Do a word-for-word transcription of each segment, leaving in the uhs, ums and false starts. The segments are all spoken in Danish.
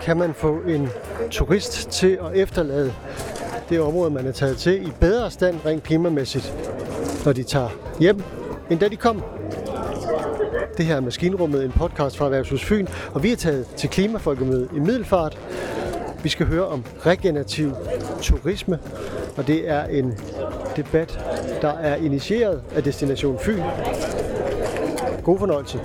kan man få en turist til at efterlade det område, man er taget til, i bedre stand rent klimamæssigt, når de tager hjem, end da de kom. Det her er Maskinrummet, en podcast fra Erhvervshus Fyn, og vi er taget til Klimafolkemødet i Middelfart. Vi skal høre om regenerativ turisme, og det er en debat, der er initieret af Destination Fyn. God fornøjelse.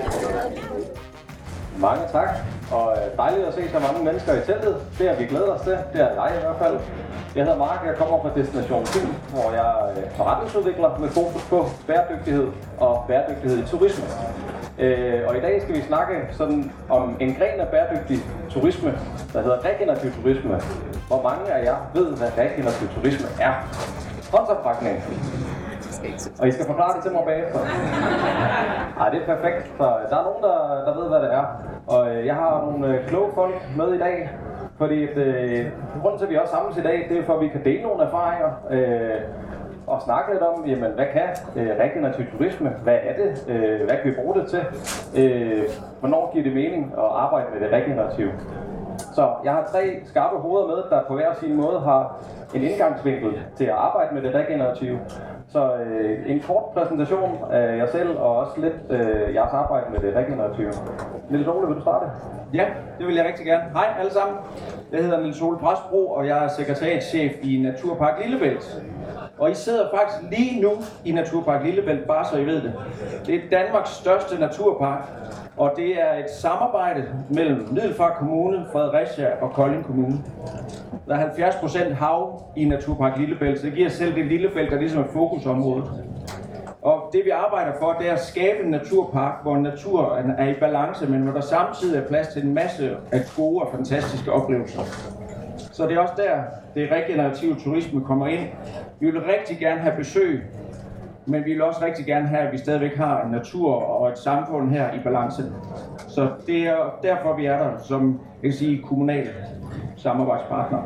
Mange tak, og dejligt at se så mange mennesker i teltet. Det har vi glædet os til, det er jeg i hvert fald. Jeg hedder Mark, jeg kommer fra Destination Fyn, hvor jeg er forretningsudvikler med fokus på bæredygtighed og bæredygtighed i turisme. Og i dag skal vi snakke sådan om en gren af bæredygtig turisme, der hedder regenerativ turisme. Hvor mange af jer ved, hvad regenerativ turisme er? Håndsoprækning. Og I skal forklare det til mig bagefter. Ej, det er perfekt. Så der er nogen, der, der ved, hvad det er. Og jeg har nogle kloge folk med i dag. Fordi at, øh, grunden til, at vi også samles i dag, det er for, at vi kan dele nogle erfaringer. Øh, og snakke lidt om, jamen, hvad kan øh, regenerativ turisme? Hvad er det? Øh, hvad kan vi bruge det til? Øh, hvornår giver det mening at arbejde med det regenerative? Så jeg har tre skarpe hoveder med, der på hver sin måde har en indgangsvinkel til at arbejde med det regenerative. Så øh, en kort præsentation af jer selv, og også lidt øh, jeres arbejde med det regenerative. Niels Ole, vil du starte? Ja, det vil jeg rigtig gerne. Hej alle sammen. Jeg hedder Niels Ole Præstbro, og jeg er sekretariatschef i Naturpark Lillebælt. Og I sidder faktisk lige nu i Naturpark Lillebælt, bare så I ved det. Det er Danmarks største naturpark, og det er et samarbejde mellem Middelfart Kommune, Fredericia og Kolding Kommune. Der er halvfjerds procent hav i Naturpark Lillebælt, så det giver selv det lille felt, der ligesom er fokusområdet. Og det vi arbejder for, det er at skabe en naturpark, hvor naturen er i balance, men hvor der samtidig er plads til en masse af gode og fantastiske oplevelser. Så det er også der, det regenerative turisme kommer ind. Vi vil rigtig gerne have besøg, men vi vil også rigtig gerne have, at vi stadigvæk har en natur og et samfund her i balance. Så det er derfor, vi er der som, jeg kan sige, kommunale samarbejdspartnere.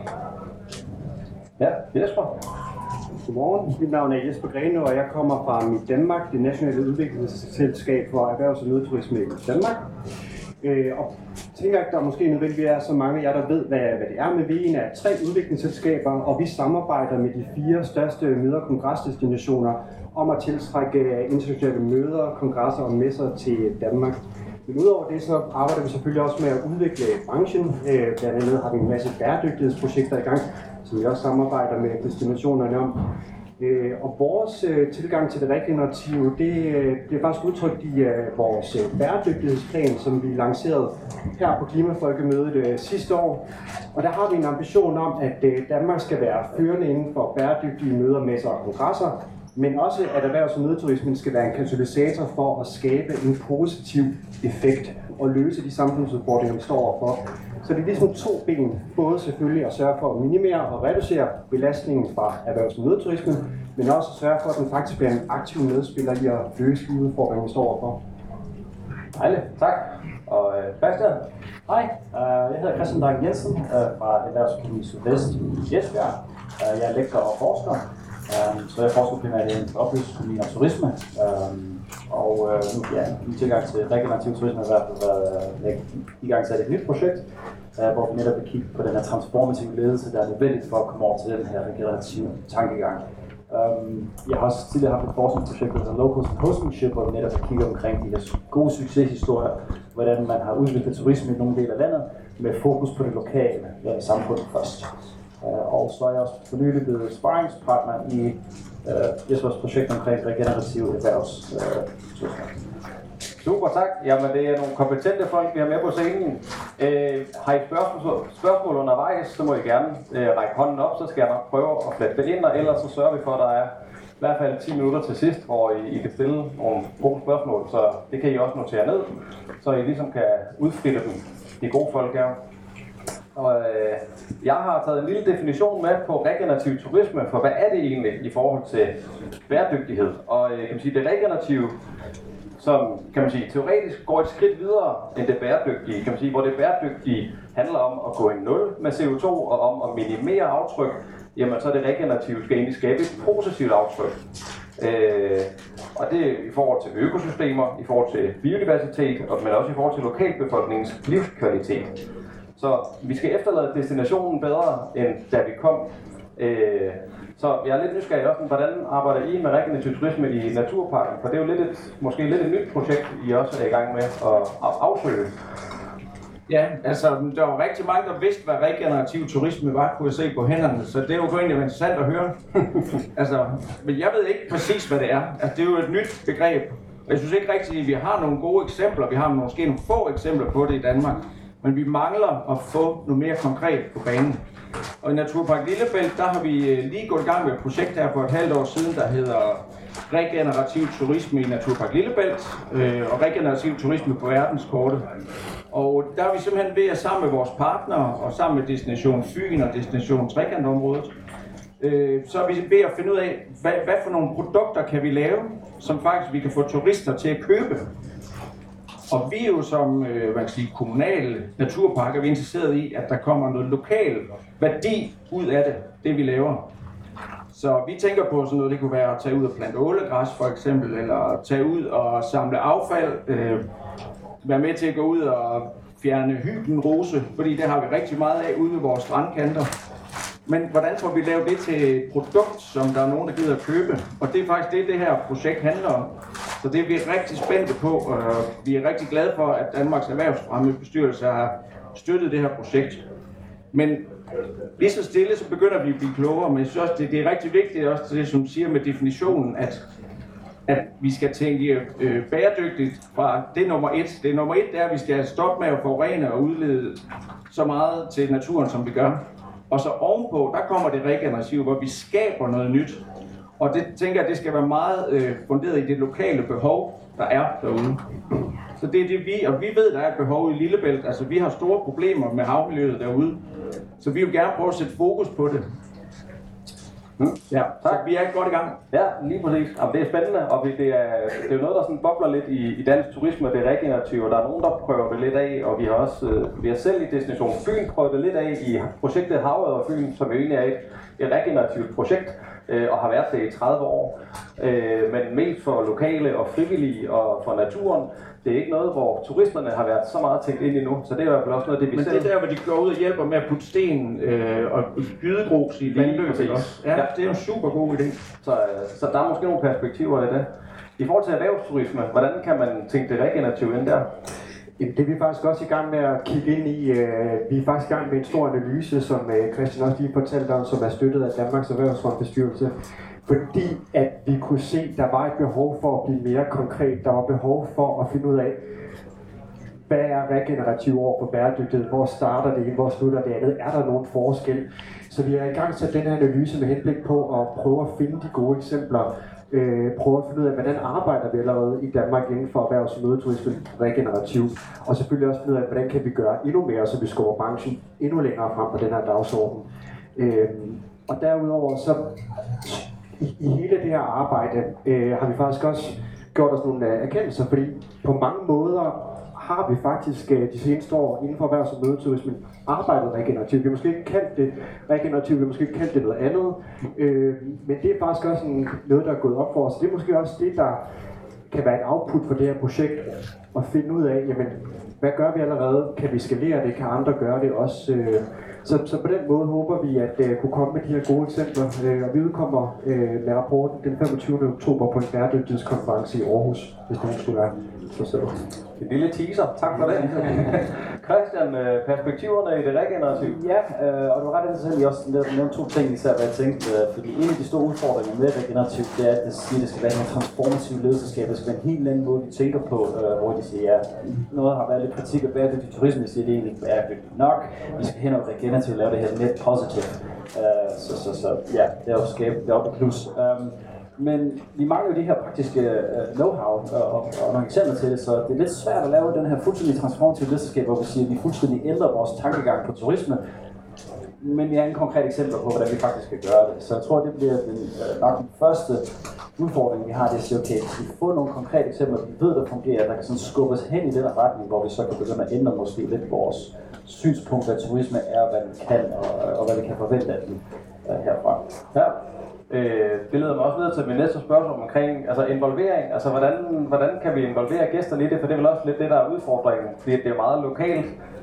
Ja, Jesper. Godmorgen, mit navn er Jesper Grene, og jeg kommer fra Mit Danmark, det nationale udviklingsselskab for erhvervs- og nødturisme i Danmark. Øh, og jeg tænker, at der måske nødvendigvis er så mange af jer, der ved, hvad, hvad det er, men vi er en af tre udviklingsselskaber, og vi samarbejder med de fire største møder- og kongresdestinationer om at tiltrække internationale møder, kongresser og messer til Danmark. Men udover det, så arbejder vi selvfølgelig også med at udvikle branchen. Øh, blandt andet har vi en masse bæredygtighedsprojekter i gang, som vi også samarbejder med destinationerne om. Øh, og vores øh, tilgang til det regenerative, det, øh, det er faktisk udtrykt i øh, vores øh, bæredygtighedsplan, som vi lancerede her på Klimafolkemødet øh, sidste år. Og der har vi en ambition om, at øh, Danmark skal være førende inden for bæredygtige møder, messer og kongresser, men også at erhvervs- og nødturismen skal være en katalysator for at skabe en positiv effekt og løse de samfundsudfordringer, vi står overfor. Så det er ligesom to ben, både selvfølgelig at sørge for at minimere og reducere belastningen fra erhvervs- og nødturismen, men også at sørge for, at den faktisk bliver en aktiv medspiller i at løse de udfordringer, vi står overfor. Dejligt, tak. Og øh, Bastian? Hej, uh, jeg hedder Christian Dang Jensen uh, fra Erhvervsakademi Sydvest i Esbjerg. Uh, jeg er lektor og forsker, um, så jeg forsker primært i oplysningsøkonomi og turisme. Um, og uh, nu, ja, min tilgang til regenerativ turisme har i hvert fald været uh, i gang til et nyt projekt, uh, hvor vi netop vil kigge på den her transformative ledelse, der er nødvendigt for at komme over til den her regenerative tankegang. Um, jeg har også tidligere haft et forskningsprojekt, der hedder Locals and Hostmanship, hvor vi netop har kigget omkring de her gode succeshistorier, hvordan man har udviklet turisme i nogle dele af landet, med fokus på det lokale ja, samfund først. Uh, og så er jeg også for nylig blevet sparringspartner i uh, Jespers projekt omkring regenerative erhvervsturisme. Uh, Super, tak. Jamen, det er nogle kompetente folk, vi har med på scenen. Øh, har I spørgsmål, spørgsmål undervejs, så må I gerne øh, række hånden op, så skal jeg nok prøve at flette det ind, og ellers så sørger vi for, at der er i hvert fald ti minutter til sidst, hvor I, I kan stille nogle gode spørgsmål, så det kan I også notere ned, så I ligesom kan udfritte dem, de gode folk her. Og øh, jeg har taget en lille definition med på regenerativ turisme, for hvad er det egentlig i forhold til bæredygtighed? Og øh, kan man sige, det regenerative, som kan man sige, teoretisk går et skridt videre end det bæredygtige, kan man sige, hvor det bæredygtige handler om at gå i nul med C O to og om at minimere aftryk, jamen så er det regenerative skal egentlig skabe et positivt aftryk. Øh, og det er i forhold til økosystemer, i forhold til biodiversitet, men også i forhold til lokalbefolkningens livskvalitet. Så vi skal efterlade destinationen bedre, end da vi kom. Øh, så jeg er lidt nysgerrig også, hvordan arbejder I med regenerativ turisme i Naturparken? For det er jo lidt et, måske lidt et nyt projekt, I også er i gang med at afsøge. Ja, altså der var rigtig mange, der vidste, hvad regenerativ turisme var, kunne jeg se på hænderne, så det er jo egentlig interessant at høre. altså, men jeg ved ikke præcis, hvad det er. Altså, det er jo et nyt begreb. Jeg synes ikke rigtigt, at vi har nogle gode eksempler. Vi har måske nogle få eksempler på det i Danmark, men vi mangler at få noget mere konkret på banen. Og i Naturpark Lillebælt, der har vi lige gået i gang med et projekt her for et halvt år siden, der hedder regenerativ turisme i Naturpark Lillebælt øh, og regenerativ turisme på verdenskortet. Og der er vi simpelthen ved at sammen med vores partnere og sammen med Destination Fyn og Destination Trekantområdet, øh, så er vi ved at finde ud af, hvad, hvad for nogle produkter kan vi lave, som faktisk vi kan få turister til at købe. Og vi er jo som øh, man kan sige, kommunale naturparker, vi er interesseret i, at der kommer noget lokal værdi ud af det, det vi laver. Så vi tænker på sådan noget, det kunne være at tage ud og plante ålegræs for eksempel, eller tage ud og samle affald, øh, være med til at gå ud og fjerne hybenrose, fordi det har vi rigtig meget af ude ved vores strandkanter. Men hvordan får vi lavet det til et produkt, som der er nogen, der gider at købe? Og det er faktisk det, det her projekt handler om. Så det er vi rigtig spændte på, og vi er rigtig glade for, at Danmarks Erhvervsfremmebestyrelse har støttet det her projekt. Men lige så stille, så begynder vi at blive klogere, men jeg synes også, det, det er rigtig vigtigt også til det, som siger med definitionen, at, at vi skal tænke øh, bæredygtigt fra det nummer et. Det nummer et er, at vi skal stoppe med at forurene og udlede så meget til naturen, som vi gør. Og så ovenpå, der kommer det regenerative, hvor vi skaber noget nyt. Og det tænker jeg, det skal være meget øh, funderet i det lokale behov, der er derude. Så det er det vi, og vi ved, der er et behov i Lillebælt. Altså vi har store problemer med havmiljøet derude. Så vi vil gerne prøve at sætte fokus på det. Mm. Ja, tak. Så vi er godt i gang. Ja, lige præcis. Jamen, det er spændende, og det er, det er jo noget, der sådan bobler lidt i, i dansk turisme, det er regenerativt, og der er nogen, der prøver det lidt af, og vi har også, øh, vi har selv i Destination Fyn prøvet det lidt af i projektet Havet Fyn, som jo egentlig er et, et regenerativt projekt, øh, og har været det i tredive år, øh, men mest for lokale og frivillige og for naturen. Det er ikke noget, hvor turisterne har været så meget tænkt ind i nu, så det er i hvert fald også noget, det vi Men selv... Men det der, hvor de går ud og hjælper med at putte sten øh, og gydegrus i vandløbet også. Ja, ja, det er en super god idé. Så, så der er måske nogle perspektiver i det. I forhold til erhvervsturisme, hvordan kan man tænke det regenerativt ind der? Jamen, det er vi faktisk også i gang med at kigge ind i. Vi er faktisk i gang med en stor analyse, som Christian også lige fortalte om, som er støttet af Danmarks Erhvervsfremmebestyrelse. Fordi at vi kunne se, at der var et behov for at blive mere konkret. Der var behov for at finde ud af, hvad er regenerativ over for bæredygtighed? Hvor starter det? Hvor slutter det andet? Er der nogen forskel? Så vi er i gang til den her analyse med henblik på at prøve at finde de gode eksempler. Øh, prøve at finde ud af, hvordan arbejder vi allerede i Danmark inden for erhvervs- og mødeturisme regenerativt. Og selvfølgelig også finde ud af, hvordan kan vi gøre endnu mere, så vi skubber branchen endnu længere frem på den her dagsorden. Øh, og derudover så i, i hele det her arbejde øh, har vi faktisk også gjort os nogle erkendelser, fordi på mange måder har vi faktisk øh, de seneste år inden for erhvervs- og mødeturismen arbejdet regenerativt. Vi har måske ikke kaldt det regenerativt, vi har måske ikke kaldt det noget andet, øh, men det er faktisk også en, noget, der er gået op for os. Det er måske også det, der kan være et output for det her projekt, at finde ud af, jamen, hvad gør vi allerede? Kan vi skalere det? Kan andre gøre det også? Øh, så, så på den måde håber vi at uh, kunne komme med de her gode eksempler, uh, og vi udkommer uh, med rapporten den femogtyvende oktober på en bæredygtighedskonference i Aarhus, hvis nogen skulle være interesseret. En lille teaser, tak for det. Christian, perspektiverne i det regenerative? Ja, øh, og du var ret interessant, at I også nævnte to ting især, hvad jeg tænkte, øh, fordi en af de store udfordringer med regenerativt, det er, at det siger, at det skal være en transformativ lederskab, det skal være en helt anden måde, vi tænker på, øh, hvor de siger, ja, noget har været lidt kritik af bæredygtig turisme, jeg siger, det er egentlig bæredygtigt nok, vi skal hen og regenerativt lave det her net positive, øh, så, så, så ja, det er jo skabe, det er oppe i plus. Um, Men vi mangler jo de her praktiske uh, know-how og, og, og nogle eksempler til det, så det er lidt svært at lave den her fuldstændig transformative lederskab, hvor vi siger, at vi fuldstændig ændrer vores tankegang på turisme. Men vi har ingen konkrete eksempler på, hvordan vi faktisk skal gøre det. Så jeg tror, det bliver den, uh, nok den første udfordring, vi har, det er at sige, okay, hvis vi får nogle konkrete eksempler, vi ved, der fungerer, der kan sådan skubbe os hen i den retning, hvor vi så kan begynde at ændre måske lidt vores synspunkt, hvad turisme er, hvad den kan, og, og hvad vi kan forvente af den uh, herfra. Ja. Øh, det leder mig også videre til min næste spørgsmål omkring altså involvering. Altså hvordan, hvordan kan vi involvere gæsterne i det? For det er vel også lidt det, der er udfordringen, fordi det er meget lokalt.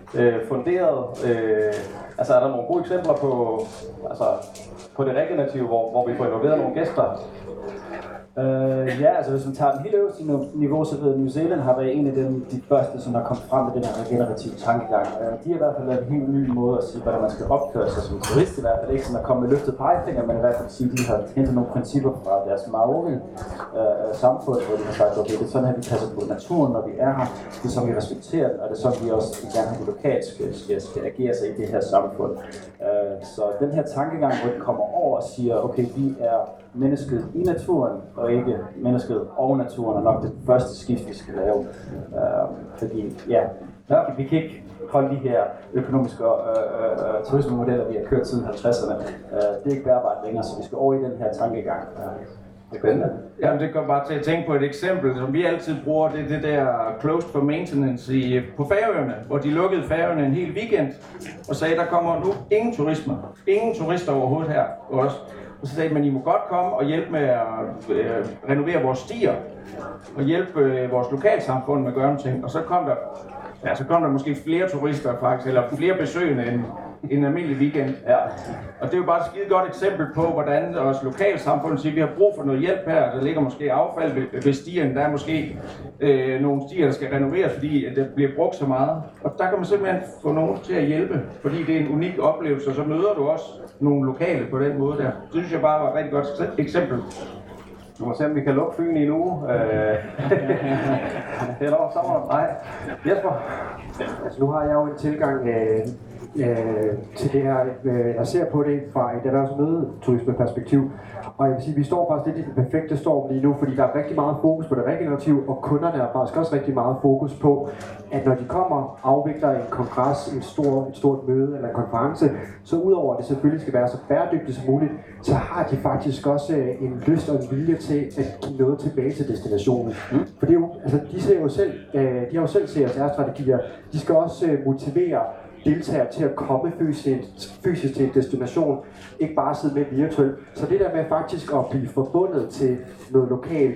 øh, funderet. Øh, altså er der nogle gode eksempler på, altså, på det regenerative, hvor, hvor vi får involveret nogle gæster? Uh, ja, altså hvis man tager den helt øverste niveau, så ved New Zealand har været en af dem, de første, som har kommet frem med den her regenerative tankegang. Uh, de har i hvert fald lavet en helt ny måde at sige, hvordan man skal opføre sig som turist, i hvert fald ikke sådan at komme med løftet pegefinger, men i hvert fald sige, at de har hentet nogle principper fra deres Maori-samfund, uh, hvor de har sagt, okay, det er sådan, at vi passer på naturen, når vi er her, det er sådan, vi respekterer den, og det er sådan, vi også vi gerne har lokalt skal, skal, skal agere sig i det her samfund. Uh, så den her tankegang, hvor de kommer over og siger, okay, vi er mennesket i naturen, og ikke mennesket og naturen, er nok det første skift, vi skal lave. Uh, fordi, ja, ja, vi kan ikke holde de her økonomiske uh, uh, turismemodeller, vi har kørt siden halvtredserne. Uh, det er ikke bærbart længere, så vi skal over i den her tankegang. Uh, Jamen, det går bare til at tænke på et eksempel, som vi altid bruger, det er det der closed for maintenance i, på Færøerne, hvor de lukkede Færøerne en hel weekend, og sagde, der kommer nu ingen turisme, ingen turister overhovedet her også. Og så sagde man, I må godt komme og hjælpe med at øh, renovere vores stier, og hjælpe øh, vores lokalsamfund med at gøre nogle ting. Og så kom der, ja, så kom der måske flere turister faktisk, eller flere besøgende end en almindelig weekend. Ja. Og det er jo bare et skide godt eksempel på, hvordan vores lokalsamfund siger, at vi har brug for noget hjælp her. Der ligger måske affald ved, ved stierne. Der er måske øh, nogle stier, der skal renoveres, fordi det bliver brugt så meget. Og der kan man simpelthen få nogen til at hjælpe, fordi det er en unik oplevelse, og så møder du også nogle lokale på den måde der. Det synes jeg bare var et rigtig godt eksempel. Du må se, om vi kan lukke Fyn i en uge. Eller over sommer. Nej. Jesper? Altså nu har jeg jo en tilgang øh, øh, til det her. Øh, jeg ser på det fra et erhvervsmødeturismeperspektiv. Og jeg vil sige, at vi står faktisk lidt i den perfekte storm lige nu, fordi der er rigtig meget fokus på det regenerative, og kunderne har faktisk også rigtig meget fokus på, at når de kommer og afvikler en kongres, en stor, et stort møde eller en konference, så udover at det selvfølgelig skal være så bæredygtigt som muligt, så har de faktisk også en lyst og en vilje til at give noget tilbage til destinationen. Mm. For det er jo, altså, de ser jo selv, de har jo selv C S R-strategier, de skal også motivere deltagere til at komme fysisk, fysisk til en destination, ikke bare sidde med virtuelt. Så det der med faktisk at blive forbundet til noget lokalt,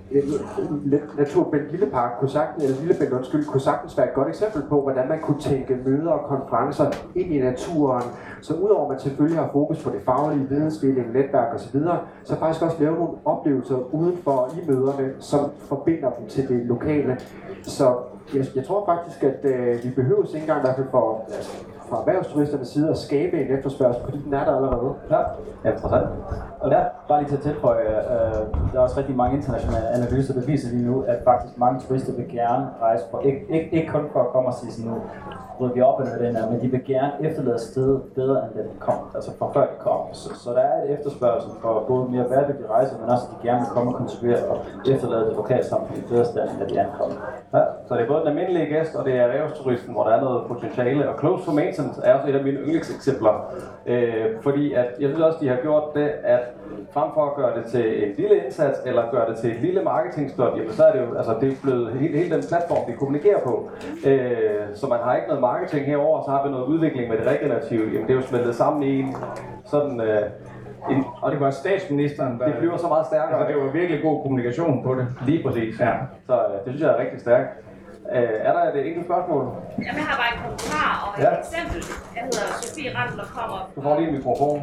Naturbælt Lillepark kunne sagtens, eller Lillebælt, undskyld, kunne sagtens være et godt eksempel på, hvordan man kunne tænke møder og konferencer ind i naturen. Så udover at man selvfølgelig har fokus på det faglige, vidensdeling, netværk osv., så faktisk også lave nogle oplevelser udenfor i møderne, som forbinder dem til det lokale. Så jeg, jeg tror faktisk, at øh, vi behøver ikke engang i hvert fald for, altså, fra erhvervsturisternes side at skabe en efterspørgsel, fordi den er der allerede. Ja, ja, interessant. Og der, bare lige til at tilføje, øh, der er også rigtig mange internationale analyser, der viser lige nu, at faktisk mange turister vil gerne rejse for, ikke, ikke, ikke kun for at komme og sige sådan nu, rydder vi op med den her, men de vil gerne efterlade stedet bedre, end det kom, altså fra før de kom. Så, så der er et efterspørgsel for både mere bæredygtige rejser, men også at de gerne vil komme og kontribuere og efterlade det lokalsamfund i bedre stand, end de ankommer. Ja, så det er både den almindelige gæst, og det er erhvervsturisten, hvor der er noget potentiale, og close for maintenance er også et af mine yndlingseksempler. Øh, fordi at, jeg synes også, de har gjort det, at frem for at gøre det til en lille indsats, eller gøre det til et lille marketingstunt, jamen så er det jo, altså det er blevet hele, hele den platform, vi kommunikerer på. Øh, så man har ikke noget marketing herover, så har vi noget udvikling med det regenerative. Jamen det er jo smeltet sammen i en sådan... Øh, En, og det var statsministeren, der... Det flyver så meget stærkere. Altså, det var virkelig god kommunikation på det. Lige præcis. Ja. Så øh, det synes jeg er rigtig stærkt. Øh, er der et enkelt spørgsmål? Jamen, jeg har bare en kommentar og et ja. eksempel. Jeg hedder Sofie Randler og kommer... Du får lige en mikrofon.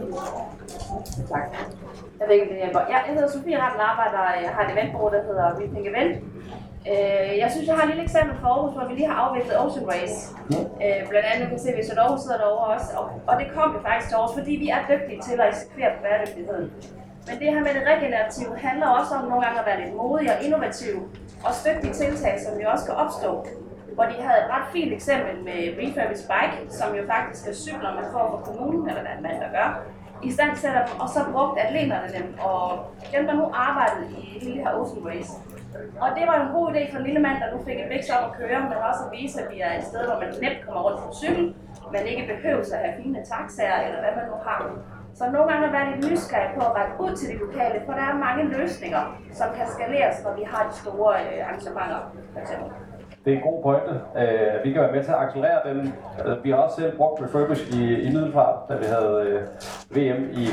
Tak. Jeg ved ikke, om det hjælper. Ja, jeg hedder Sofie Randler og arbejder, jeg har et eventbureau, der hedder We Think Event. Jeg synes, jeg har et lille eksempel fra Aarhus, hvor vi lige har afviklet Ocean Race. Mm. Blandt andet kan se, at Visit Aarhus sidder derovre også. Og, og det kom jo faktisk til Aarhus, fordi vi er dygtige til at eksekvere på bæredygtigheden. Men det her med det regenerative handler også om nogle gange at være lidt modige og innovative og støtte de tiltag, som jo også kan opstå. Hvor de havde et ret fint eksempel med Refurbished Bike, som jo faktisk er cykler, man får fra kommunen, eller hvad man der gør. I stand sætter dem, og så brugte atleterne dem, og dem der nu arbejdede i hele det her Ocean Race. Og det var en god idé for en lille mand, der nu fik en bæks op at køre, men også at vise, at vi er et sted, hvor man nemt kommer rundt på cykel, men ikke behøver at have fine taxaer, eller hvad man nu har. Så nogle gange er være lidt nysgerrig på at række ud til de lokale, for der er mange løsninger, som kan skaleres, når vi har de store øh, arrangementer, for eksempel. det er en god pointe. Uh, vi kan være med til at accelerere den. Uh, vi har også selv brugt Refurbish i, i Middelfart, da vi havde uh, V M i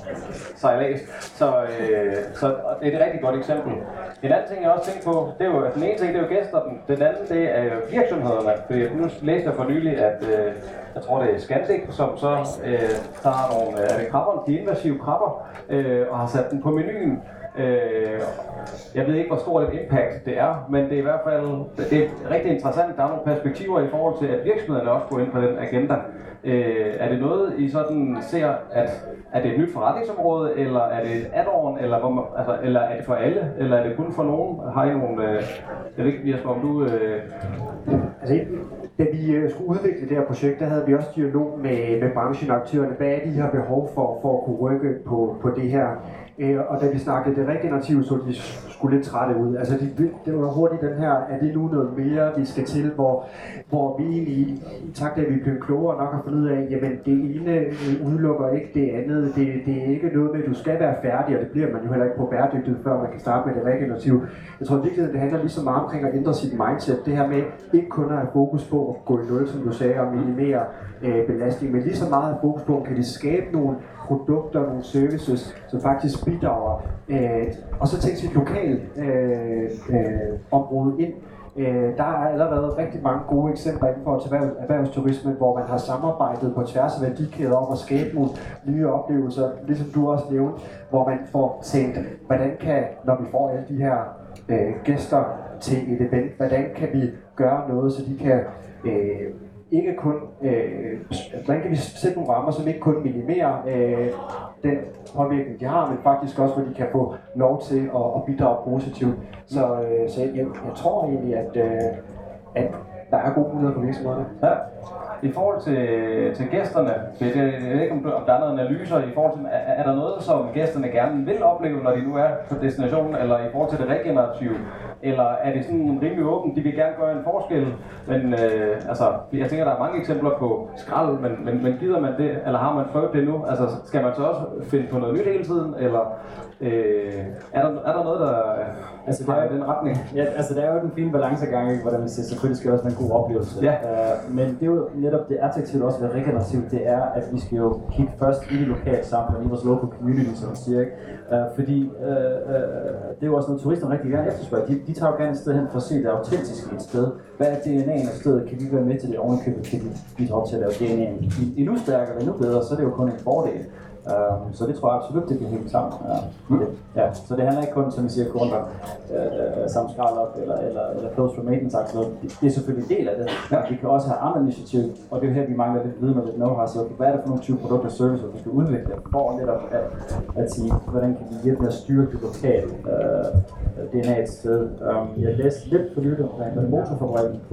sejlads. Så, uh, så det er et rigtig godt eksempel. En anden ting, jeg også tænker på, det er jo, at den ene ting, det er jo gæsterne. Den anden, det er jo virksomhederne. Fordi nu læste jeg for nylig, at uh, jeg tror, det er Scandic, som så uh, tager nogle uh, krabber, de invasive krabber, uh, og har sat den på menuen. Øh, jeg ved ikke, hvor stort et impact det er, men det er i hvert fald det er rigtig interessant. Der er nogle perspektiver i forhold til, at virksomhederne også går ind på den agenda. Øh, er det noget, I sådan ser, at er det et nyt forretningsområde, eller er det et add-on, eller, hvor man, altså, eller er det for alle, eller er det kun for nogen? Har I nogle... Øh, jeg ved ikke, Jesper, om du... Øh... Altså, da vi skulle udvikle det her projekt, der havde vi også dialog med, med brancheaktørerne. Hvad er det, I har behov for, for at kunne rykke på, på det her? Og da vi snakkede det regenerative, så de skulle lidt trætte ud. Altså de, det var hurtigt den her, er det nu noget mere, vi skal til, hvor, hvor vi egentlig, i takt af at vi bliver klogere nok har fundet ud af, jamen det ene udelukker ikke det andet. Det, det er ikke noget med, at du skal være færdig, og det bliver man jo heller ikke på bæredygtighed, før man kan starte med det regenerative. Jeg tror virkelig, det handler lige så meget omkring at ændre sit mindset. Det her med ikke kun at have fokus på at gå i nul, som du sagde, og minimere øh, belastning, men lige så meget at have fokus på, kan de skabe nogle produkter, nogle services, som faktisk bidrager. Øh, og så tænk sit lokale øh, øh, område ind. Øh, der er allerede rigtig mange gode eksempler inden for erhvervs, erhvervsturisme, hvor man har samarbejdet på tværs af værdikæder om at skabe nogle nye oplevelser, ligesom du også nævnte, hvor man får tænkt, hvordan kan, når vi får alle de her øh, gæster til et event, hvordan kan vi gøre noget, så de kan øh, ikke kun, øh, hvordan kan vi sætte nogle rammer, som ikke kun minimerer øh, den påvirkning, de har, men faktisk også, hvor de kan få lov til at, at bidrage positivt. Så, øh, så jeg, jeg tror egentlig, at, øh, at der er gode muligheder for virksomhederne. Ja. I forhold til, til gæsterne, det, det, jeg ved ikke, om der er noget analyser i forhold til, er, er der noget, som gæsterne gerne vil opleve, når de nu er på destinationen, eller i forhold til det regenerative? Eller er det sådan rimelig åbent, de vil gerne gøre en forskel, men øh, altså, jeg tænker, der er mange eksempler på skrald, men, men, men gider man det, eller har man prøvet det nu? Altså, skal man så også finde på noget nyt hele tiden, eller øh, er, der, er der noget, der altså, der er i den retning? Ja, altså der er jo den fine balancegang, ikke, hvordan man siger, selvfølgelig skal det også være en god oplevelse. Ja. Uh, men det er jo netop det attraktive også ved regenerativt, det er, at vi skal jo kigge først i det lokale samfund, i vores local community, som man siger, ikke? Uh, fordi uh, uh, det er jo også noget, turisterne rigtig gerne efterspørger. De, de tager jo gerne et sted hen for at se det autentiske et sted. Hvad er D N A'en af stedet? Kan vi være med til det ovenikøbet? Kan vi bidrage til at lave D N A'en endnu stærkere eller endnu bedre? Så er det jo kun en fordel. Um, så det tror jeg absolut, det kan hænge sammen. Ja. Mm. Ja. Så det handler ikke kun, som vi siger, kun om uh, samme skrald op eller, eller, eller close for maintenance. Det, det er selvfølgelig en del af det. Ja. Vi kan også have andre initiativer, og det er jo her, vi mangler lidt viden og lidt know-how. Så hvad er det for nogle type produkter og servicer, vi skal udvikle for netop at, at sige, hvordan kan vi hjælpe med at styrke det lokale uh, D N A et sted. Um, jeg læste lidt for nylig omkring den motorfabrikken på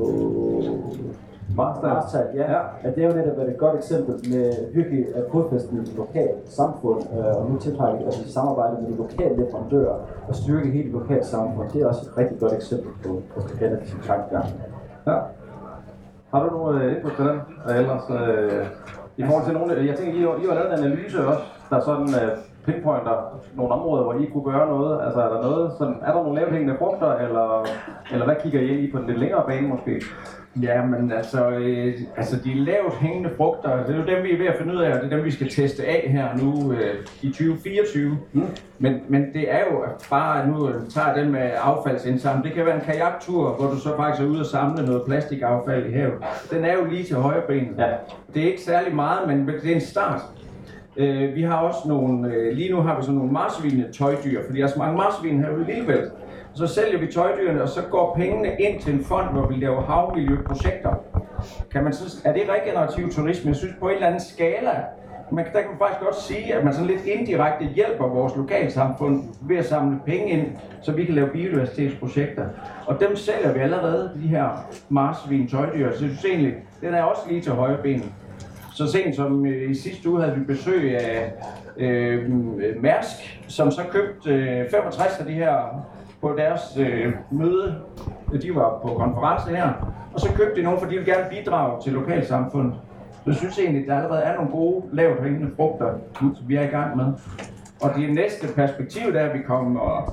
Marstal, ja. ja. At det er jo netop et godt eksempel med virkelig at fodfæste i et lokalt samfund, øh, og nu tiltrække at vi samarbejder med de lokale leverandører og styrke hele det lokale samfund. Det er også et rigtig godt eksempel på, på regenerativ tankegang. Ja. Har du nogle øh, input til den? Ellers, øh, i forhold til nogle, jeg tænker, I har, I har lavet en analyse også, der sådan øh, pinpointer nogle områder, hvor I kunne gøre noget. Altså er der noget, sådan, er der nogle lavthængende frugter, eller, eller hvad kigger I ind i på den lidt længere bane måske? Ja, men altså, øh, altså de lavt hængende frugter, det er jo dem, vi er ved at finde ud af, og det er dem, vi skal teste af her nu øh, i tyve fireogtyve. Mm. Men, men det er jo bare, nu tager den med affaldsindsamling, det kan være en kajaktur, hvor du så faktisk er ude og samle noget plastikaffald i havet. Den er jo lige til højre benet. Ja. Det er ikke særlig meget, men det er en start. Øh, vi har også nogle, øh, lige nu har vi sådan nogle marsvine tøjdyr, fordi der er så mange marsvin herude i Lillebælt. Så sælger vi tøjdyrene, og så går pengene ind til en fond, hvor vi laver havmiljøprojekter. Kan man så, er det regenerativ turisme? Jeg synes på en eller anden skala, man, der kan man faktisk godt sige, at man sådan lidt indirekte hjælper vores lokalsamfund ved at samle penge ind, så vi kan lave biodiversitetsprojekter. Og dem sælger vi allerede, de her marsvin tøjdyr. Så jeg synes egentlig, den er også lige til højre ben. Så sent som øh, i sidste uge havde vi besøg af øh, Mærsk, som så købte øh, femogtres af de her på deres øh, møde. De var på konference her, og så købte de nogle, for de vil gerne bidrage til lokalsamfundet. Så jeg synes egentlig, at der allerede er nogle gode, lavt hængende frugter, som vi er i gang med. Og det næste perspektiv, der er, at vi kommer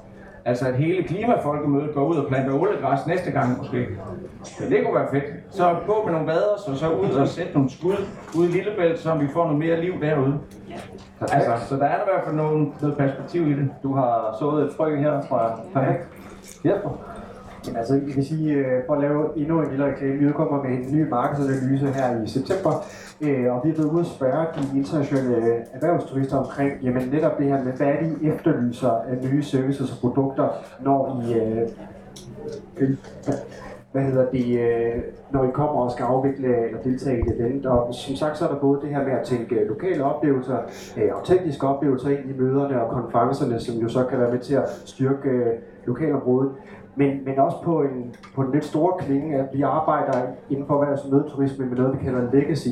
Altså at hele klimafolkemødet går ud og planter ålegræs næste gang måske. Så det kunne være fedt. Så på med nogle vader, så, så ud og sætte nogle skud ude i Lillebælt, så vi får noget mere liv derude. Altså, så der er der i hvert fald noget, noget perspektiv i det. Du har sået et frø her, tror jeg. Perfekt. Jesper? Men altså, jeg vil sige, for at lave endnu en lille reklame, vi udkommer med en ny markedsanalyse her i september, og vi er blevet ude at spørge de internationale erhvervsturister omkring, jamen netop det her med, hvad de efterlyser af nye services og produkter, når I, hvad hedder det, når I kommer og skal afvikle eller deltage i et event. Og som sagt, så er der både det her med at tænke lokale oplevelser, autentiske oplevelser ind i møderne og konferencerne, som jo så kan være med til at styrke lokalområdet. Men, men også på en, på en lidt store klinge, at vi arbejder inden for erhvervs- og mødeturisme med noget, vi kalder legacy,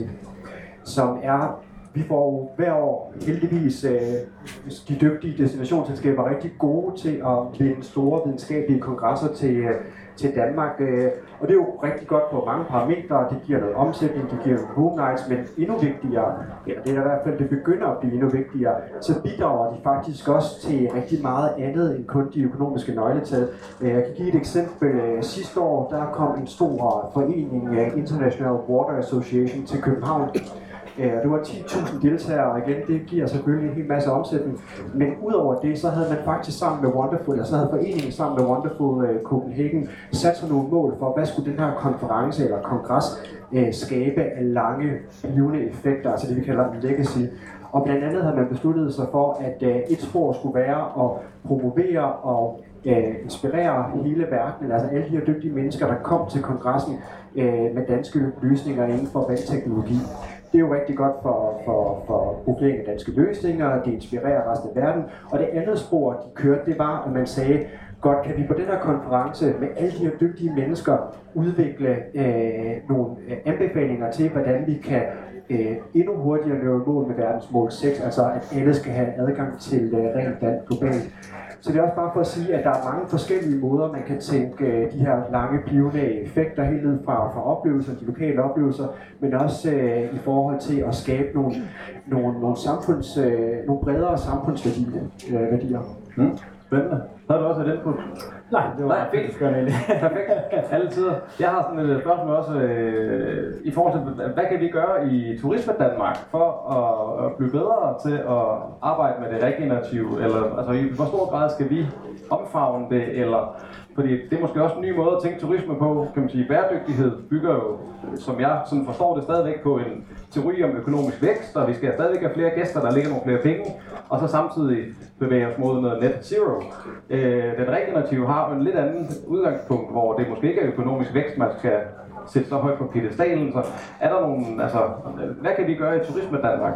som er, vi får hver år heldigvis øh, de dygtige destinationsselskaber rigtig gode til at vinde store videnskabelige kongresser til, øh, til Danmark. Øh, og det er jo rigtig godt på mange parametre, det giver noget omsætning, det giver nogle home nights, men endnu vigtigere, eller det er i hvert fald, det begynder at blive endnu vigtigere, så bidrager de faktisk også til rigtig meget andet end kun de økonomiske nøgletal. Øh, jeg kan give et eksempel. Sidste år, der kom en stor forening, International Water Association, til København. Det var ti tusind deltagere, og igen, det giver selvfølgelig en hel masse omsætning. Men udover det, så havde man faktisk sammen med Wonderful, eller så havde foreningen sammen med Wonderful uh, Copenhagen sat sig nogle mål for, hvad skulle den her konference eller kongres uh, skabe af lange, blivende effekter, altså det vi kalder legacy. Og blandt andet havde man besluttet sig for, at uh, et spor skulle være at promovere og uh, inspirere hele verden, altså alle de her dygtige mennesker, der kom til kongressen uh, med danske løsninger inden for vandteknologi. Det er jo rigtig godt for, for, for profilering af danske løsninger, det inspirerer resten af verden. Og det andet spor, de kørte, det var, at man sagde, godt, kan vi på den her konference med alle de her dygtige mennesker udvikle øh, nogle anbefalinger til, hvordan vi kan øh, endnu hurtigere nå mål med verdensmål seks, altså at alle skal have adgang til øh, rent vand globalt. Så det er også bare for at sige, at der er mange forskellige måder, man kan tænke øh, de her lange blivende effekter helt ned fra, fra oplevelser, de lokale oplevelser, men også øh, i forhold til at skabe nogle, nogle, nogle, samfunds, øh, nogle bredere samfundsværdier. Øh, værdier. Mm. Spændende. Har du også et input? Nej, det var fint. Perfekt. Alle tider. Jeg har sådan et spørgsmål også øh, i forhold til, hvad kan vi gøre i Turisme Danmark for at, at blive bedre til at arbejde med det regenerative? Eller altså, i hvor stor grad skal vi omfavne det? Eller, fordi det er måske også en ny måde at tænke turisme på, kan man sige. Bæredygtighed bygger jo, som jeg sådan forstår det, stadigvæk på en teori om økonomisk vækst, og vi skal stadigvæk have flere gæster, der ligger nogle flere penge, og så samtidig bevæge os mod noget net zero. Øh, den regenerative har jo en lidt anden udgangspunkt, hvor det måske ikke er økonomisk vækst, man skal sætte så højt på piedestalen. Så er der nogle, altså, hvad kan vi gøre i Turisme Danmark?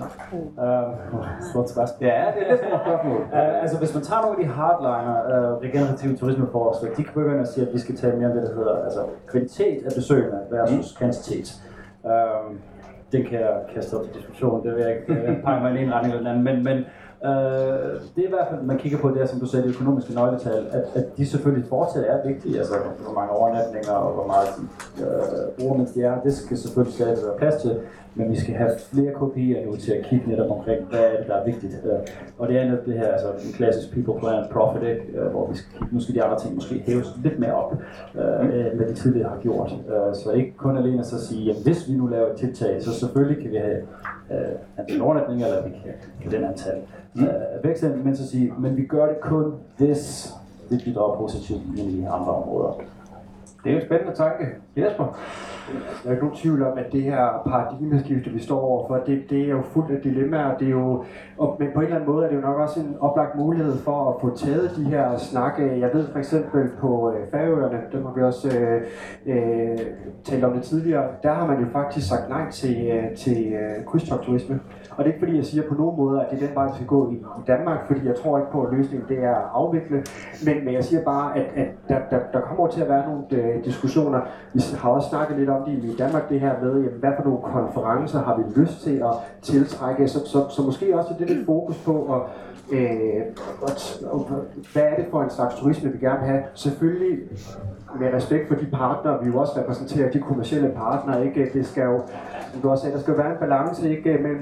Uh, stort spørgsmål. Ja, det er lidt stort spørgsmål. Uh, altså, hvis man tager nogle af de hardliner, uh, regenerative turismeforskere, de kan begynde at sige, at vi skal tage mere om det, der hedder altså, kvalitet af besøgende versus mm. kvantitet. Uh, den kan jeg kaste op til diskussion, det vil jeg ikke uh, pege mig i en retning eller den anden, men, men Uh, det er i hvert fald, man kigger på det her, som du sagde, det økonomiske nøgletal, at, at de selvfølgelig fortsat er vigtige, altså hvor mange overnatninger og hvor meget de uh, bruger, mens de er, det skal selvfølgelig stadig være plads til, men vi skal have flere K P I'er nu til at kigge netop omkring, hvad er det, der er vigtigt. Uh, og det er netop det her, altså en klassisk people, plan, profit, uh, hvor vi skal kigge, nu skal de andre ting måske hæves lidt mere op, uh, end hvad de tidligere har gjort. Uh, så ikke kun alene at så sige, at hvis vi nu laver et tiltag, så selvfølgelig kan vi have uh, antal overnatninger, eller vi kan have den antal Mm. Uh, væksten, men så sige, men vi gør det kun, hvis det bidrager positivt i andre områder. Det er jo en spændende tanke. Jesper? Der er ikke nogen tvivl om, at det her paradigmeskifte, vi står overfor, det, det er jo fuldt af dilemmaer. Det er jo, og, men på en eller anden måde er det jo nok også en oplagt mulighed for at få taget de her snakke. Jeg ved for eksempel på øh, Færøerne, der har vi også øh, øh, talt om det tidligere, der har man jo faktisk sagt nej til, øh, til øh, krydstogtturisme. Og det er ikke fordi, jeg siger på nogen måde, at det er den vej, vi skal gå i, i Danmark, fordi jeg tror ikke på, at løsningen det er at afvikle. Men, men jeg siger bare, at, at der, der, der kommer til at være nogle øh, diskussioner. Vi har også snakket lidt om det i Danmark, det her med, jamen, hvad for nogle konferencer har vi lyst til at tiltrække. Så, så, så måske også det lidt fokus på, og, øh, og, hvad er det for en slags turisme, vi gerne vil have. Selvfølgelig med respekt for de partnere, vi jo også repræsenterer, de kommercielle partnere, ikke? Det skal jo, som du også sagde, der skal jo være en balance, ikke, mellem det økonomiske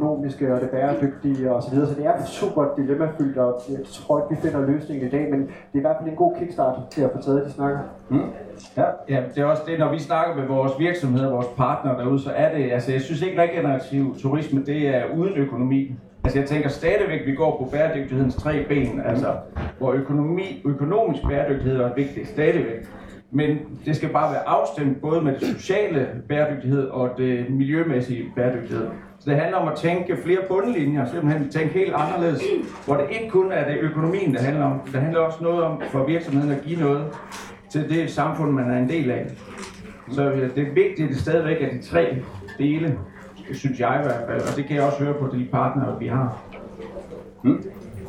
økonomiske og det bæredygtige osv. Så, så det er super dilemmafyldt, og jeg tror ikke, vi finder løsningen i dag, men det er i hvert fald en god kickstart til at få taget de snakker. Mm. Ja. ja, det er også det, når vi snakker med vores virksomheder, vores partnere derude, så er det, altså jeg synes ikke regenerativ turisme, det er uden økonomi. Altså jeg tænker stadigvæk, at vi går på bæredygtighedens tre ben, altså hvor økonomi, økonomisk bæredygtighed er vigtigt stadigvæk. Men det skal bare være afstemt både med det sociale bæredygtighed og det miljømæssige bæredygtighed. Så det handler om at tænke flere bundlinjer, simpelthen tænke helt anderledes, hvor det ikke kun er det økonomien, det handler om. Det handler også noget om for virksomheden at give noget til det samfund, man er en del af. Så det er vigtigt, at det stadigvæk er de tre dele, synes jeg i hvert fald, og det kan jeg også høre på de partnere, vi har. Hmm.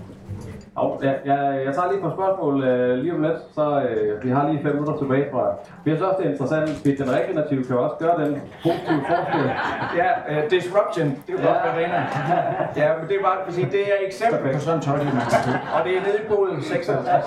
Og jeg, jeg, jeg tager lige et par spørgsmål øh, lige om lidt, så øh, vi har lige fem minutter tilbage, tror jeg. Jeg synes også, det er interessant, at den regenerative kan også gøre den positive forskel. Ja, uh, disruption, det er jo ja. Godt, Verena. Ja, men det er bare, fordi det er et eksempel på sådan en tøj, man kan købe. Og det er nede i Polen seksoghalvtreds.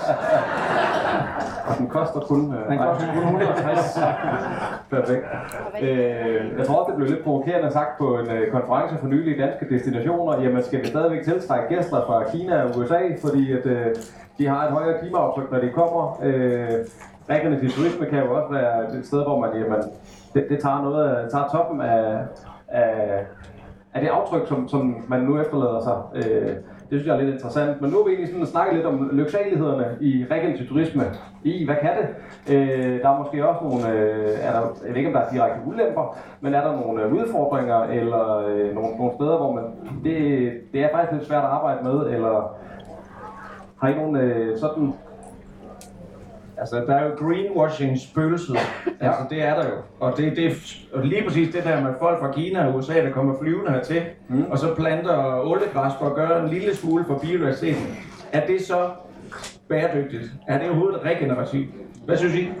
Og den koster kun... Øh, den koster kun et hundrede og tres. Perfekt. Øh, jeg tror også, det blev lidt provokerende sagt på en øh, konference for nylige danske destinationer. Jamen, skal vi stadigvæk tiltrække gæster fra Kina og U S A, fordi at, øh, de har et højere klimaaftryk, når de kommer. Øh, regenerativ turisme kan jo også være et sted, hvor man, jamen, det, det tager noget af, tager toppen af, af, af det aftryk, som, som man nu efterlader sig. Øh, det synes jeg er lidt interessant. Men nu er vi egentlig sådan at snakke lidt om lyksalighederne i regenerativ turisme. I, hvad kan det? Øh, der er måske også nogle, øh, er der, jeg ved ikke om der er direkte ulemper, men er der nogle udfordringer eller øh, nogle, nogle steder, hvor man, det, det er faktisk lidt svært at arbejde med, eller har I nogen øh, sådan... Altså, der er jo greenwashing-spøgelset. Ja. Altså, det er der jo. Og det, det og lige præcis det der med folk fra Kina og U S A, der kommer flyvende hertil, mm. og så planter oliegræs for at gøre en lille smule for biodiversiteten. Er det så bæredygtigt? Er det overhovedet regenerativt? Hvad synes I?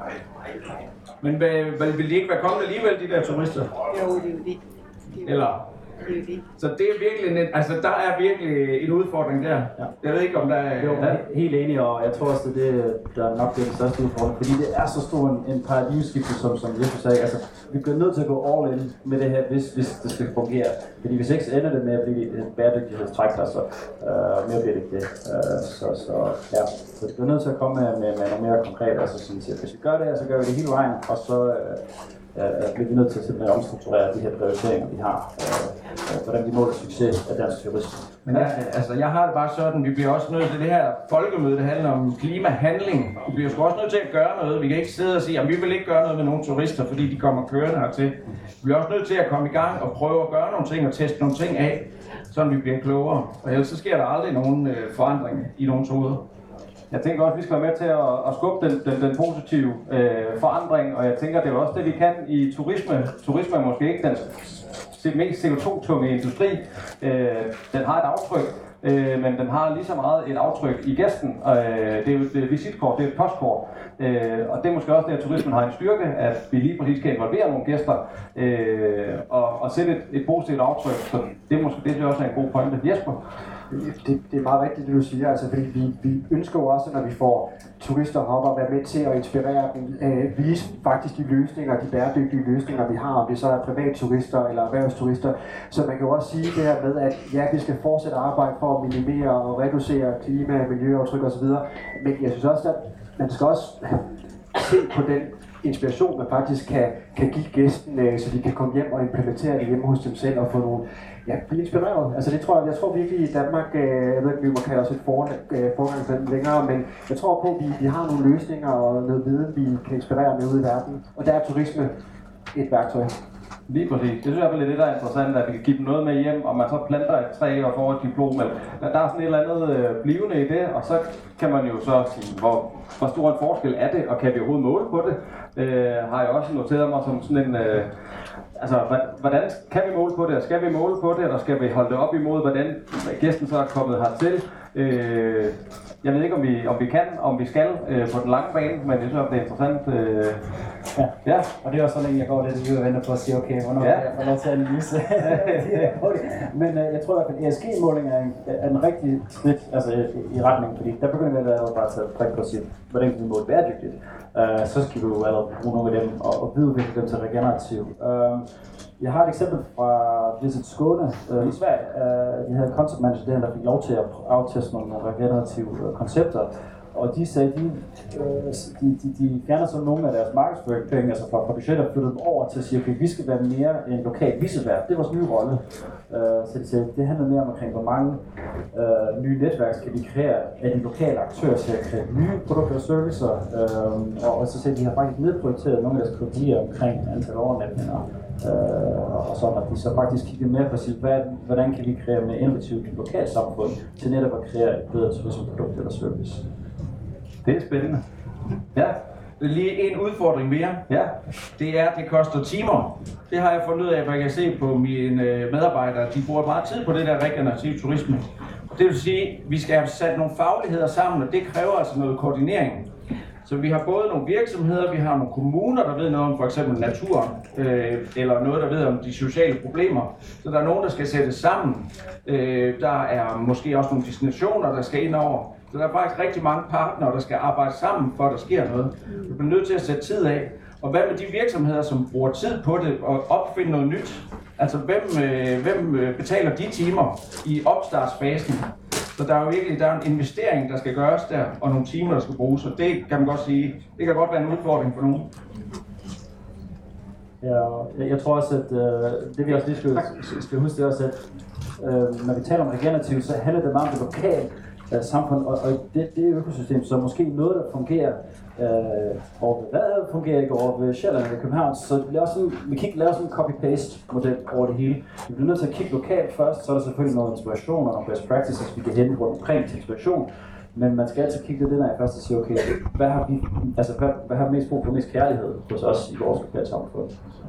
Men hvad, vil de ikke være kommet alligevel, de der turister? Jo, det er jo det. det er Eller? Det er det. Så det er virkelig, en, altså der er virkelig en udfordring der. Ja. Jeg ved ikke om der er... Jo, jeg er helt enig, og jeg tror også, det er det, der er nok det største udfordring, fordi det er så stor en, en paradigmeskifte, som, som Jesus sagde. Altså, vi bliver nødt til at gå all in med det her, hvis, hvis det skal fungere. Fordi hvis ikke, så ender det med at blive et bæredygtighedstræk, så øh, mere bliver det ikke det. Øh, så, så, ja. så det bliver nødt til at komme med, med, med noget mere konkret. Altså sådan til, hvis vi gør det her, så gør vi det hele vejen, og så øh, øh, bliver vi nødt til at omstrukturere de her prioriteringer, vi har. Øh, hvordan vi måler succes af dansk turisme. Men jeg, altså, jeg har det bare sådan, vi bliver også nødt til det her folkemøde, det handler om klimahandling. Vi bliver også nødt til at gøre noget. Vi kan ikke sidde og sige, at vi vil ikke gøre noget med nogle turister, fordi de kommer kørende hertil. Vi bliver også nødt til at komme i gang og prøve at gøre nogle ting og teste nogle ting af, så vi bliver klogere. Og ellers så sker der aldrig nogen øh, forandring i nogle metoder. Jeg tænker også, at vi skal være med til at, at skubbe den, den, den positive øh, forandring, og jeg tænker, det er også det, vi kan i turisme. Turisme er måske ikke den mest C O to tunge industri. Øh, den har et aftryk, øh, men den har lige så meget et aftryk i gæsten. Øh, det er jo et visitkort, det er et postkort. Øh, og det er måske også det, at turismen har en styrke, at vi lige præcis kan involvere nogle gæster øh, og, og sætte et, et positivt aftryk. Så det er måske det, er også en god pointe. Jesper? Det, det er meget rigtigt, det du siger, altså, fordi vi, vi ønsker jo også, når vi får turister hopper, at være med til at inspirere dem, øh, vise faktisk de løsninger, de bæredygtige løsninger, vi har, om det så er privatturister eller erhvervsturister. Så man kan jo også sige det her med, at ja, vi skal fortsætte at arbejde for at minimere og reducere klima, miljøaftryk osv., men jeg synes også, at man skal også se på den inspiration, man faktisk kan, kan give gæsten, øh, så de kan komme hjem og implementere det hjemme hos dem selv og få nogle, ja, blive inspireret. Altså det tror jeg, jeg tror virkelig i Danmark, øh, jeg ved ikke, vi må kalde os et forgangsland øh, længere, men jeg tror på, at vi, vi har nogle løsninger og noget viden, vi kan inspirere med ude i verden. Og der er turisme et værktøj. Lige præcis. Det synes jeg er det, der er interessant, at vi kan give dem noget med hjem, og man så planter et træ og får et diplom. Der er sådan et eller andet øh, blivende i det, og så kan man jo så sige, hvor, hvor stor en forskel er det, og kan vi overhovedet måle på det? Øh, har jeg også noteret mig som sådan en... Øh, altså, hvordan kan vi måle på det, og skal vi måle på det, og skal vi holde det op imod, hvordan gæsten så er kommet hertil? Øh, jeg ved ikke, om vi, om vi kan, om vi skal øh, på den lange bane, men jeg synes, det er interessant. Øh, ja. ja, og det er også sådan, at jeg går lidt og venter på at sige, okay, hvornår ja. kan jeg få lov til at analyse Men øh, jeg tror i hvert fald, at E S G-måling er en, er en rigtig skridt altså, i, i retning, fordi der begynder vi allerede bare at tage træk på at sige, hvordan kan vi måle bæredygtigt. Uh, så skal vi jo allerede bruge nogle af dem og, og videreudvikle dem til regenerativ. Uh, Jeg har et eksempel fra Visit Skåne øh, i Sverige. Øh, de havde concept manager der, der fik lov til at afteste nogle regenerative øh, koncepter. Og de sagde, de, øh, de, de, de fjerner så nogle af deres markedsføring, altså fra, fra budgetter, og flytter dem over til at sige, okay, vi skal være mere en lokal vicevært. Det er vores nye rolle. Øh, så de sagde, det handler mere omkring, hvor mange øh, nye netværk skal vi kreere af de lokale aktører til at kreere nye produkter og servicer. Øh, og, og så sagde de, de har faktisk nedprioriteret nogle af deres strategier omkring antal overnatninger. Øh, og sådan, at de så faktisk kigger mere på sig, hvad, hvordan kan vi kreere mere innovativt lokalt samfund til netop at kreere et bedre turismeprodukt eller service. Det er spændende. Ja. Lige en udfordring mere. Ja. Det er, at det koster timer. Det har jeg fundet ud af, for jeg kan se på mine medarbejdere, de bruger meget tid på det der regenerativ turisme. Det vil sige, at vi skal have sat nogle fagligheder sammen, og det kræver altså noget koordinering. Så vi har både nogle virksomheder, vi har nogle kommuner, der ved noget om for eksempel naturen, øh, eller noget, der ved om de sociale problemer. Så der er nogen, der skal sættes sammen. Øh, der er måske også nogle destinationer, der skal ind over. Så der er faktisk rigtig mange partnere, der skal arbejde sammen, for at der sker noget. Vi bliver nødt til at sætte tid af. Og hvad med de virksomheder, som bruger tid på det og opfinder noget nyt? Altså, hvem, øh, hvem betaler de timer i opstartsfasen? Så der er jo virkelig der er en investering, der skal gøres der, og nogle timer, der skal bruges. Og det kan man godt sige, det kan godt være en udfordring for nogen. Ja, jeg, jeg tror også, at øh, det vi også lige skal, skal huske, det er også, at øh, når vi taler om regenerativ, så handler det meget om det lokale øh, samfund, og, og det, det er økosystem, så måske noget, der fungerer øh, over ved hvad fungerer ikke over ved Sjælland eller København, så det bliver også sådan, vi kan ikke lave sådan en copy-paste-model over det hele. Vi bliver nødt til at kigge lokalt først, så er der selvfølgelig noget inspiration og nogle best practices, vi kan hente rundt omkring til inspiration. Men man skal altid kigge lidt ind af først og sige, okay, hvad har vi, altså hvad, hvad har mest brug for mest kærlighed hos os i vores lokale samfund?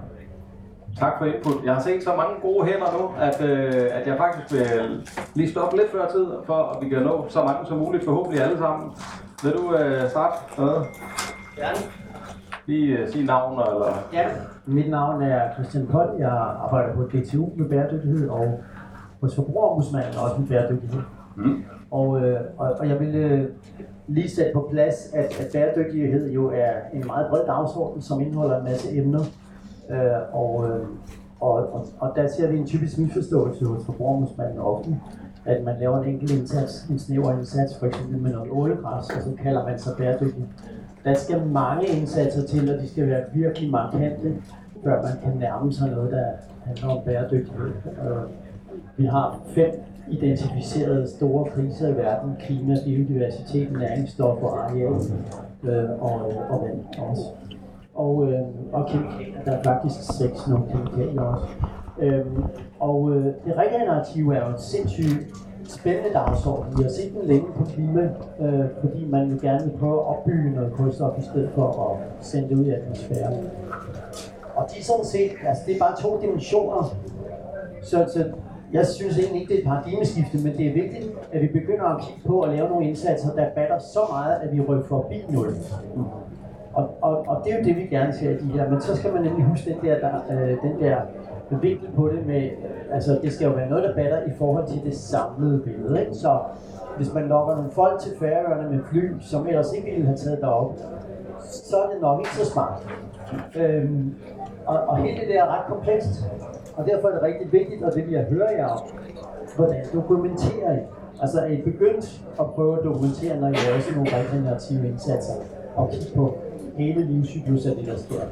Tak for input. Jeg har set så mange gode hænder nu, at, øh, at jeg faktisk vil lige stoppe lidt før tid, for at vi kan nå så mange som muligt, forhåbentlig alle sammen. Vil du øh, starte noget? Gerne. Lige øh, sige navn eller... Ja, mit navn er Christian Kold. Jeg arbejder på D T U med bæredygtighed og hos Forbrugerombudsmanden også med bæredygtighed. Mm. Og, øh, og, og jeg vil øh, lige sætte på plads, at, at bæredygtighed jo er en meget bred dagsorden, som indeholder en masse emner. Øh, og, øh, og, og, og der ser vi en typisk misforståelse hos Forbrugerombudsmanden ofte, at man laver en enkelt indsats, en snæver indsats, for eksempel med noget ålegræs, og så kalder man sig bæredygtig. Der skal mange indsatser til, og de skal være virkelig markante, før man kan nærme sig noget, der handler om bæredygtighed. Øh, vi har fem identificerede store kriser i verden: klima, biodiversitet, næringsstoffer, areal øh, og, og vand også. Og, øh, og kemikalier. Der er faktisk seks nogle kemikalier også. Øhm, og øh, det regenerative er jo en sindssygt spændende dagsorden. Vi har set den længe på klima, øh, fordi man jo gerne vil prøve at opbygge noget kulstof i stedet for at sende det ud i atmosfæren. Og de er sådan set, altså det er bare to dimensioner. Så, så jeg synes egentlig ikke, det er et paradigmeskifte, men det er vigtigt, at vi begynder at kigge på at lave nogle indsatser, der batter så meget, at vi rykker forbi nul. Og, og, og det er jo det, vi gerne ser i de her, men så skal man nemlig huske den der, der, øh, den der vinkel på det med, øh, altså det skal jo være noget, der batter i forhold til det samlede billede, ikke? Så hvis man lokker nogle folk til Færøerne med fly, som ellers ikke ville have taget derop, så er det nok ikke så smart. Øhm, og, og hele det der er ret komplekst, og derfor er det rigtig vigtigt, og det vil jeg høre jer om, hvordan dokumenterer I? Altså er I begyndt at prøve at dokumentere, når I laver sådan nogle regenerative indsatser, og kigge på hele livscyklus af det, der sker.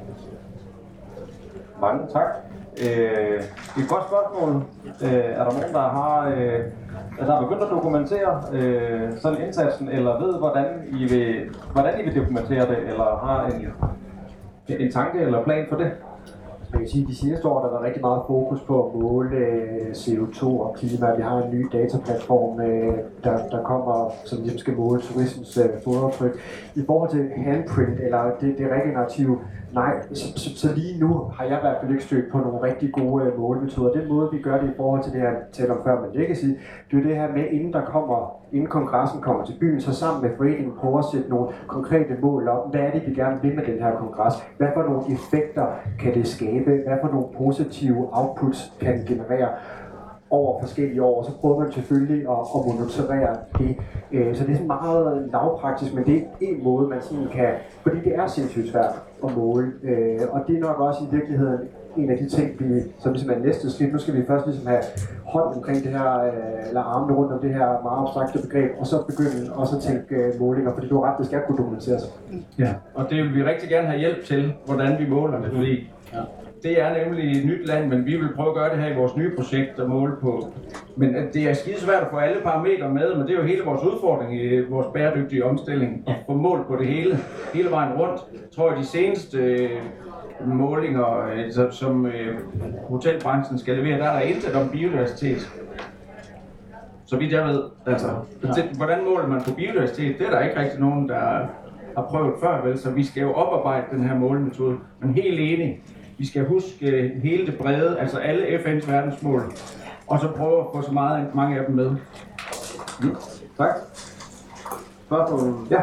Mange tak. Øh, et godt spørgsmål. Øh, er der nogen, der har, øh, der har begyndt at dokumentere øh, sådan indsatsen, eller ved, hvordan I vil, hvordan I vil dokumentere det, eller har en, en tanke eller plan for det? Jeg kan sige, at de seneste år der har været rigtig meget fokus på at måle C O to og klima. Vi har en ny dataplatform, der, der kommer, som ligesom skal måle turismens fodaftryk. I forhold til handprint eller det, det regenerative, nej, så, så, så lige nu har jeg i hvert fald ikke stødt på nogle rigtig gode målemetoder. Den måde, vi gør det i forhold til det, jeg talte om før med legacy, det er det her med, inden der kommer, inden kongressen kommer til byen, så sammen med foreningen prøver at sætte nogle konkrete mål om, hvad er det, vi gerne vil med den her kongres? Hvad for nogle effekter kan det skabe? Hvad for nogle positive outputs kan det generere over forskellige år? Så prøver man selvfølgelig at, at monitorere det. Så det er sådan meget lavpraktisk, men det er en måde, man sådan kan, fordi det er sindssygt svært at måle. Og det er nok også i virkeligheden en af de ting, vi, som ligesom er næste skridt. Nu skal vi først ligesom have hånd omkring det her, øh, eller armene rundt om det her meget abstrakte begreb, og så begynde også at tænke øh, målinger, fordi du har ret, det skal kunne dokumenteres. Ja, og det vil vi rigtig gerne have hjælp til, hvordan vi måler det, fordi ja. Det er nemlig et nyt land, men vi vil prøve at gøre det her i vores nye projekt og måle på. Men det er skidesvært at få alle parametre med, men det er jo hele vores udfordring i vores bæredygtige omstilling, at få mål på det hele, hele vejen rundt. Jeg tror, at de seneste øh, målinger, øh, som øh, hotelbranchen skal levere, der er der intet om biodiversitet. Så vidt jeg ved, altså, ja. Hvordan måler man på biodiversitet, det er der ikke rigtig nogen, der har prøvet før, vel? Så vi skal jo oparbejde den her målemetode, men helt enig. Vi skal huske hele det brede, altså alle F N's verdensmål, og så prøve at få så meget, mange af dem med. Mm. Tak. Spørgsmål? Ja.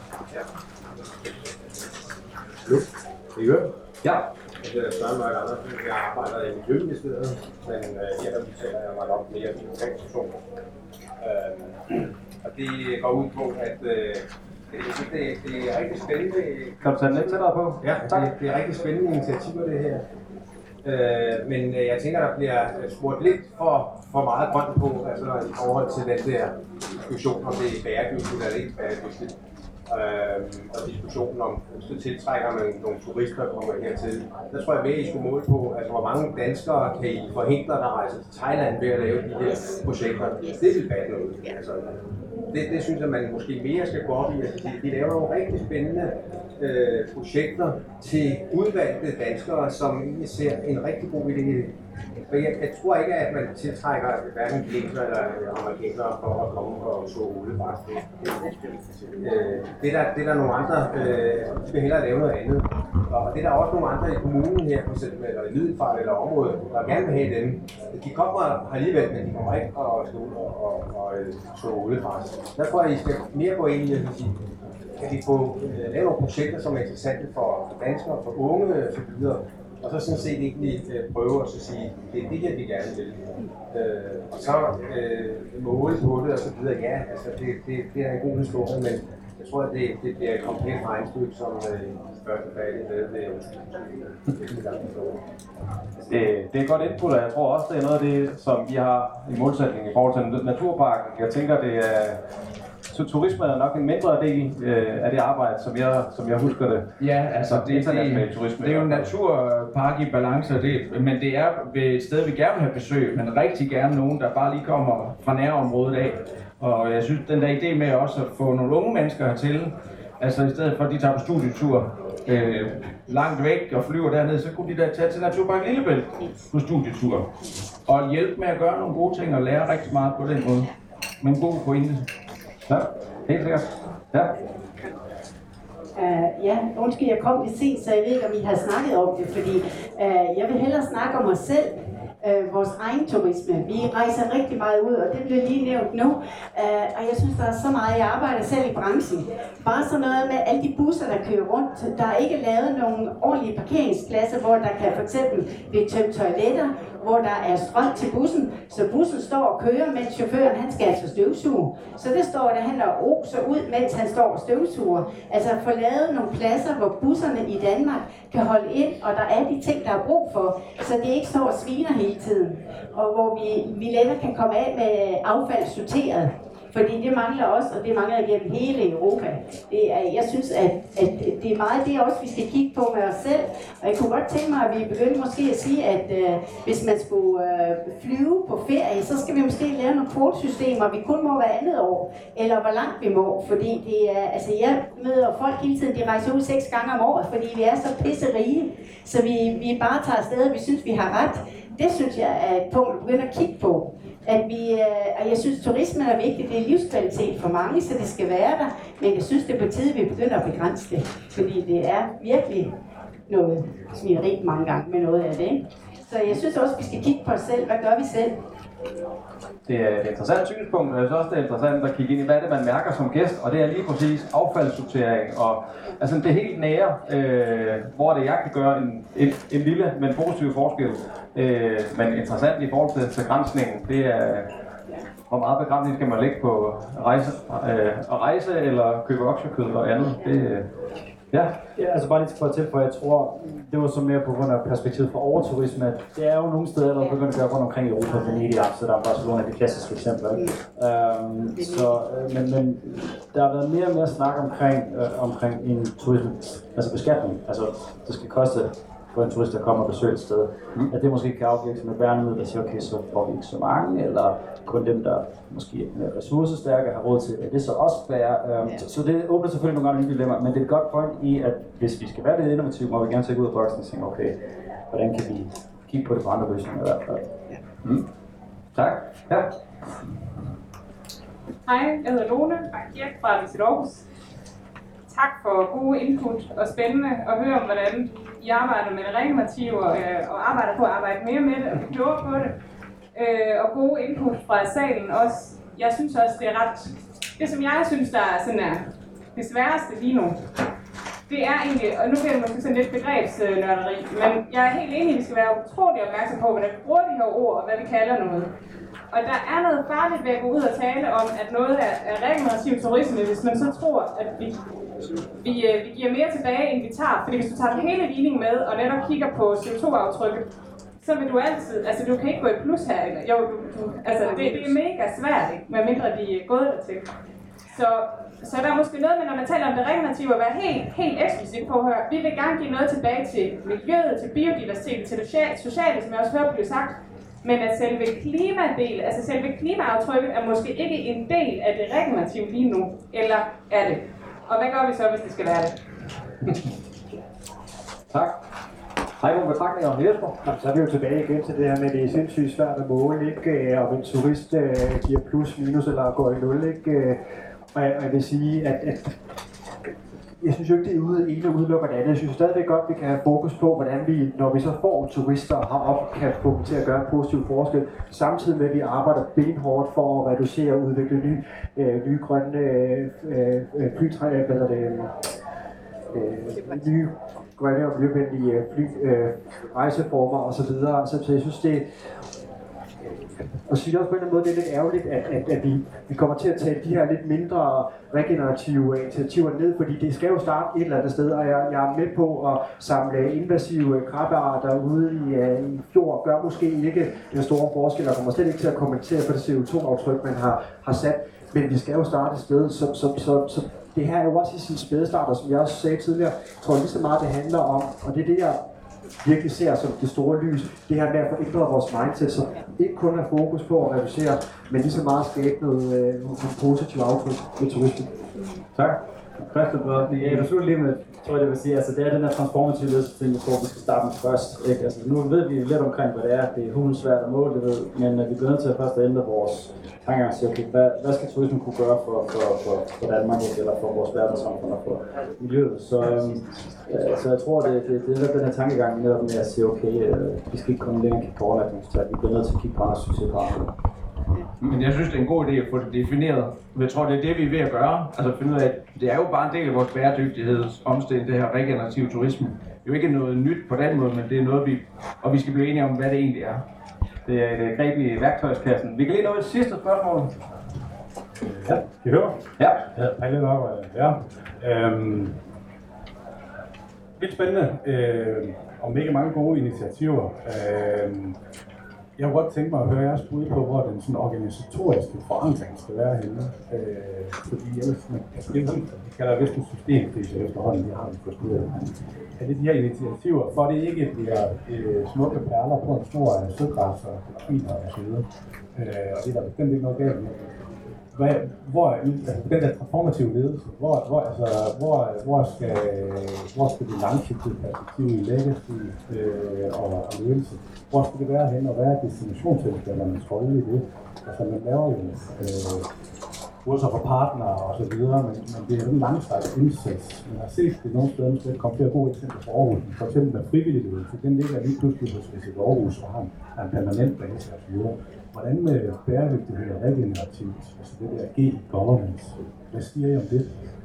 Nu, kan I høre? Ja. Jeg hedder Søren Mørk Andersen. Jeg arbejder i Miljøministeriet, men her der betaler jeg mig nok mere i organisationer. Og det går ud på, at jeg synes, det, det er rigtig spændende. Kan du tage den lidt tættere på? Ja, det, det er rigtig spændende initiativer, det her. Øh, men jeg tænker, der bliver spurgt lidt for, for meget grønt på, altså i forhold til den der diskussion om det er bæredygtigt eller ikke bæredygtigt. Øh, og diskussionen om, så tiltrækker man nogle turister, der kommer hertil. Der tror jeg, at I skulle måle på, altså hvor mange danskere kan I forhindre, der rejser til Thailand ved at lave de her projekter. Det vil batte noget. Altså, det, det synes jeg, man måske mere skal gå op i. Altså, de, de laver nogle rigtig spændende øh, projekter til udvalgte danskere, som egentlig ser en rigtig god idé i det. Jeg, jeg tror ikke, at man tiltrækker hverken kineser eller amerikanere for at komme og så oliebræst. Øh, det, der, det er der nogle andre, øh, de vil hellere lave noget andet. Og det er der også nogle andre i kommunen her, for eksempel, eller i Middelfart eller området, der gerne vil have dem. De kommer her alligevel, men de kommer ikke og skal ud og, og, og, og så oliebræst. Der tror jeg, I skal mere gå ind i at sige, kan vi få øh, lave nogle projekter, som er interessante for danskere, for unge osv. Og så sådan set egentlig øh, prøve at sige, det er det her, vi gerne vil. Øh, og så øh, måle på det og så videre. Ja, altså det, det, det er en god historie, men jeg tror, at det, det bliver et komplet regnstykke, som øh, første færdig med det. Det, det er et godt input, og jeg tror også, det er noget af det, som vi har i målsætning i forhold til naturparken. Jeg tænker, det er så turisme er nok en mindre del øh, af det arbejde, som jeg, som jeg husker det. Ja, altså det, international turisme. Det er jo en naturpark i balance, det, men det er ved et sted, vi gerne vil have besøg, men rigtig gerne nogen, der bare lige kommer fra nærområdet af. Og jeg synes, den der idé med også at få nogle unge mennesker hertil, altså i stedet for at de tager på studietur øh, langt væk og flyver derned, så kunne de da tage til Naturpark Lillebælt på studietur. Og hjælpe med at gøre nogle gode ting og lære rigtig meget på den måde. Men god pointe. Ja, helt sikkert. Ja. Uh, ja, undskyld, jeg kom lidt sent, så jeg ved ikke, om I har snakket om det, fordi uh, jeg vil hellere snakke om os selv, uh, vores egen turisme. Vi rejser rigtig meget ud, og det bliver lige nævnt nu, uh, og jeg synes, der er så meget, jeg arbejder selv i branchen. Bare sådan noget med alle de busser, der kører rundt. Der er ikke lavet nogle ordentlige parkeringspladser, hvor der kan for eksempel blive tømt toiletter, hvor der er strøm til bussen, så bussen står og kører, mens chaufføren han skal altså støvsuge. Så det står der, han der oser ud, mens han står og støvsuger. Altså få lavet nogle pladser, hvor busserne i Danmark kan holde ind, og der er de ting, der er brug for, så det ikke står og sviner hele tiden. Og hvor vi, vi lettere kan komme af med affald sorteret. Fordi det mangler også, og det mangler igennem hele Europa. Det er, jeg synes, at, at det er meget det også, vi skal kigge på med os selv. Og jeg kunne godt tænke mig, at vi begyndte måske at sige, at uh, hvis man skulle uh, flyve på ferie, så skal vi måske lave nogle kvotesystemer, vi kun må hver andet år, eller hvor langt vi må. Fordi det er, altså jeg møder folk hele tiden, de rejser ud seks gange om året, fordi vi er så pisserige, så vi, vi bare tager afsted, og vi synes, vi har ret. Det synes jeg er et punkt, vi begynder at kigge på. At vi, og jeg synes, turismen er vigtig, det er livskvalitet for mange, så det skal være der, men jeg synes, det er på tide, at vi begynder at begrænse det, fordi det er virkelig noget svineri mange gange med noget af det. Ikke? Så jeg synes også, vi skal kigge på os selv. Hvad gør vi selv? Det er et interessant synspunkt, og jeg synes også, det er interessant at kigge ind i, hvad det man mærker som gæst, og det er lige præcis affaldssortering, og altså det helt nære, øh, hvor det jeg kan gøre en, en, en lille, men positiv forskel, øh, men interessant i forhold til, til grænsningen, det er, hvor meget begrænsning skal man lægge på rejse, øh, at rejse eller købe oksekød og andet, det, Ja, ja, altså bare lige for at tilføje, jeg tror, det var så mere på grund af perspektivet for overturisme, at det er jo nogle steder, der begynder at gøre rundt omkring i Europa, Venedig, Amsterdam, Barcelona, de klassiske eksempler. Um, så, men, men der har været mere og mere snak omkring, øh, omkring en turisme, altså beskatning. Altså, det skal koste for en turist, der kommer og besøger et sted, mm. at det måske kan afvirke med værnemiddel, der siger, okay, så får vi ikke så mange, eller kun dem, der måske er ressourcestærke har råd til, at det så også være. Um, ja. så, så det åbner selvfølgelig nogle gange nye dilemmaer, men det er et godt point i, at hvis vi skal være lidt innovative, må vi gerne tage ud af boksen og tænke, okay, hvordan kan vi kigge på det på andre løsninger i hvert fald. Mm. Tak. Ja. Hej, jeg hedder Lone Kirk fra Visit Aarhus. Tak for gode input og spændende at høre om, hvordan I arbejder med det regenerative og arbejder på at arbejde mere med det og blive klogere på det. Og gode input fra salen også. Jeg synes også, det er ret... Det, som jeg synes, der er sådan er det sværeste lige nu, det er egentlig, og nu bliver det måske sådan lidt begrebsnørderi, men jeg er helt enig, at vi skal være utrolig opmærksom på, hvordan vi bruger de her ord og hvad vi kalder noget. Og der er noget farligt ved at gå ud og tale om, at noget er, er regenerativ turisme, hvis man så tror, at vi, vi, vi giver mere tilbage, end vi tager. Fordi hvis du tager den hele ligning med, og netop kigger på C O to aftrykket, så vil du altid, altså du kan ikke gå i plus her, eller? Jo, du, du, altså det, det er mega svært, ikke? Medmindre de er gået dertil. Så, så der er måske noget med, når man taler om det regenerative, at være helt, helt eksplicit på her. Vi vil gerne give noget tilbage til miljøet, til biodiversitet, til det sociale, som jeg også hører blive sagt. Men at selve klimadel, altså selve klimaaftrykket er måske ikke en del af det regenerative lige nu, eller er det? Og hvad gør vi så, hvis det skal være det? Tak. Har I nogle betragtninger om Jesper? Så er vi jo tilbage igen til det her med, at det er sindssygt svært at måle, ikke? Om en turist uh, giver plus, minus eller går i nul, ikke? Og jeg, og jeg vil sige, at, at jeg synes jo ikke, det er ude ene udelukker det andet. Jeg synes stadigvæk godt, at vi kan have fokus på, hvordan vi, når vi så får turister, har op, kan få dem til at gøre en positiv forskel. Samtidig med, at vi arbejder benhårdt for at reducere og udvikle nye, øh, nye grønne øh, øh, flytræ, hvad hedder det, øh, nye grønne og miljøvenlige fly, øh, rejseformer osv. Så, så jeg synes, det og så synes jeg også på en eller anden måde, det er lidt ærgerligt, at, at, at vi, vi kommer til at tage de her lidt mindre regenerative initiativer ned, fordi det skal jo starte et eller andet sted, og jeg, jeg er med på at samle invasive krabbearter ude i, uh, i fjord, gør måske ikke den store forskel, og kommer slet ikke til at kommentere på det C O to aftryk, man har, har sat, men vi skal jo starte et sted, så, så, så, så det her er jo også i sin spædestart, og som jeg også sagde tidligere, jeg tror lige så meget det handler om, og det er det, jeg virkelig ser som det store lys, det her med at få ændret vores mindset, så ikke kun er fokus på at reducere, men lige så meget skabe noget, øh, noget positivt aftryk med turisme. Tak. Christian, ja, jeg vil lige med, tror jeg, det vil sige, altså det er den her transformative ledelse, jeg tror, vi skal starte med først. Ikke? Altså, nu ved vi lidt omkring, hvad det er, det er hundens svært at måle, det ved, men uh, vi bliver nødt til at først at ændre vores tankegang til, okay, hvad, hvad skal turismen kunne gøre for, for, for, for Danmark, ikke? Eller for vores verdenssamfund og for miljøet. Så, øhm, ja, så jeg tror, det, det, det er den her tankegang netop med at sige, okay, øh, vi skal ikke komme længere kigge på overlagningstal, vi bliver nødt til at kigge på andre succespartnere. Men jeg synes, det er en god idé at få det defineret. Jeg tror, det er det, vi er ved at gøre. Altså finde ud af, at det er jo bare en del af vores bæredygtighedsomstilling, det her regenerative turisme. Det er jo ikke noget nyt på den måde, men det er noget, vi... Og vi skal blive enige om, hvad det egentlig er. Det er et greb i værktøjskassen. Vi kan lige nå et sidste spørgsmål. Ja, kan I høre? Ja. Ja, hej lidt op. Ja. Øhm, lidt spændende. Øh, og mega mange gode initiativer. Øh, Jeg kunne godt tænke mig at høre jeres bud på, hvor den sådan organisatoriske forankring skal være henne. Øh, fordi ellers, man, altså, det er sådan, vi kalder det vist en systemkrise efterhånden, vi har vi forstået. Er det de her initiativer, for det ikke bliver øh, smukke perler på en snor af søgræs og delfiner og så videre. Øh, og det er der bestemt ikke noget galt med. Hvad, hvor, altså, den der transformative ledelse, hvor, hvor, altså, hvor, hvor, skal, hvor skal det langsigtede perspektiv i legacy øh, og, og ledelse, hvor skal det være hen, og hvad er destinationsselskabernes rolle i det? Altså man laver jo øh, kurser for partnere og så videre, men, men det er jo en langstrakt indsats. Man har set det nogle steder, der kommer flere gode eksempler fra Aarhus. For eksempel med frivillighed, for den ligger lige pludselig hos Visit Aarhus og har en, har en permanent base og så videre. Hvordan med bæredygtighed og regenerativt, altså det der G-governance, hvad siger I om det?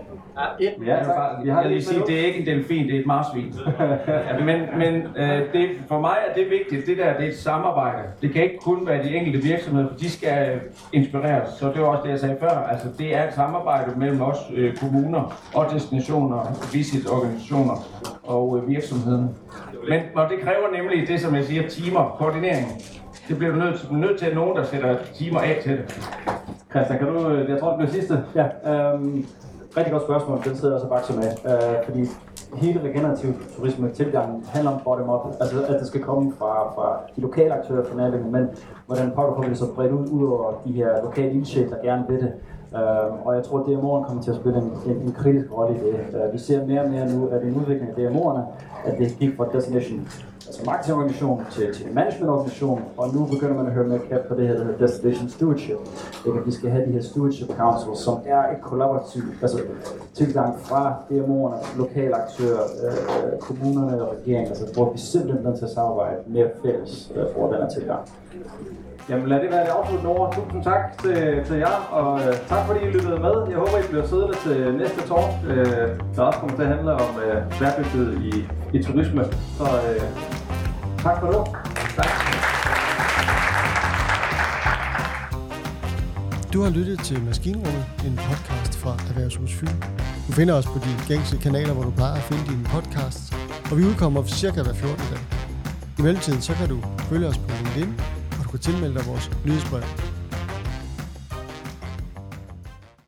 Ja, tak. Vi har lige sige, det er ikke en delfin, det er et marsvin. Ja, men men øh, det, for mig er det vigtigt, det der det er et samarbejde. Det kan ikke kun være de enkelte virksomheder, for de skal inspireres. Så det var også det, jeg sagde før. Altså, det er et samarbejde mellem os øh, kommuner og destinationer, visitorganisationer og øh, virksomheden. Men og det kræver nemlig det, som jeg siger, timer, koordinering. Det bliver du nødt, nødt til, at nogen, der sætter timer af til det. Christian, kan du, jeg tror det bliver sidste. Ja, øhm, rigtig godt spørgsmål, den sidder jeg også bakser med. Øh, fordi hele regenerativ turisme tilgangen handler om bottom-up, altså at det skal komme fra, fra de lokale aktører fra nærliggende, men hvordan pokker får vi det så bredt ud, ud over de her lokale ildsjæle, der gerne vil det. Uh, og jeg tror, at D M O'erne kommer til at spille en, en, en kritisk rolle i det. Uh, vi ser mere og mere nu, at en udvikling af D M O'erne, at det gik fra destination, altså marketingorganisation til, til managementorganisation, og nu begynder man at høre mere kæft på det her, der hedder destination stewardship. Det er, at vi skal have de her stewardship councils, som er et kollaborativt, altså tilgang fra D M O'erne, lokale aktører, øh, kommunerne og regeringen, altså hvor vi simpelthen bliver til at samarbejde mere fælles øh, for den her tilgang. Jamen lad det være det afsluttende ord. Tusind tak til, til jer, og øh, tak fordi I lyttede med. Jeg håber, I bliver siddende til næste talk, øh, der også kommer til at handle om øh, bæredygtighed i, i turisme. Så øh, tak for det. Tak. Du har lyttet til Maskinrummet, en podcast fra Erhvervshus Fyn. Du finder os på de gængse kanaler, hvor du plejer at finde dine podcasts, og vi udkommer cirka hver fjortende dag. I mellemtiden så kan du følge os på LinkedIn, og du kan tilmelde dig vores nyhedsbrev.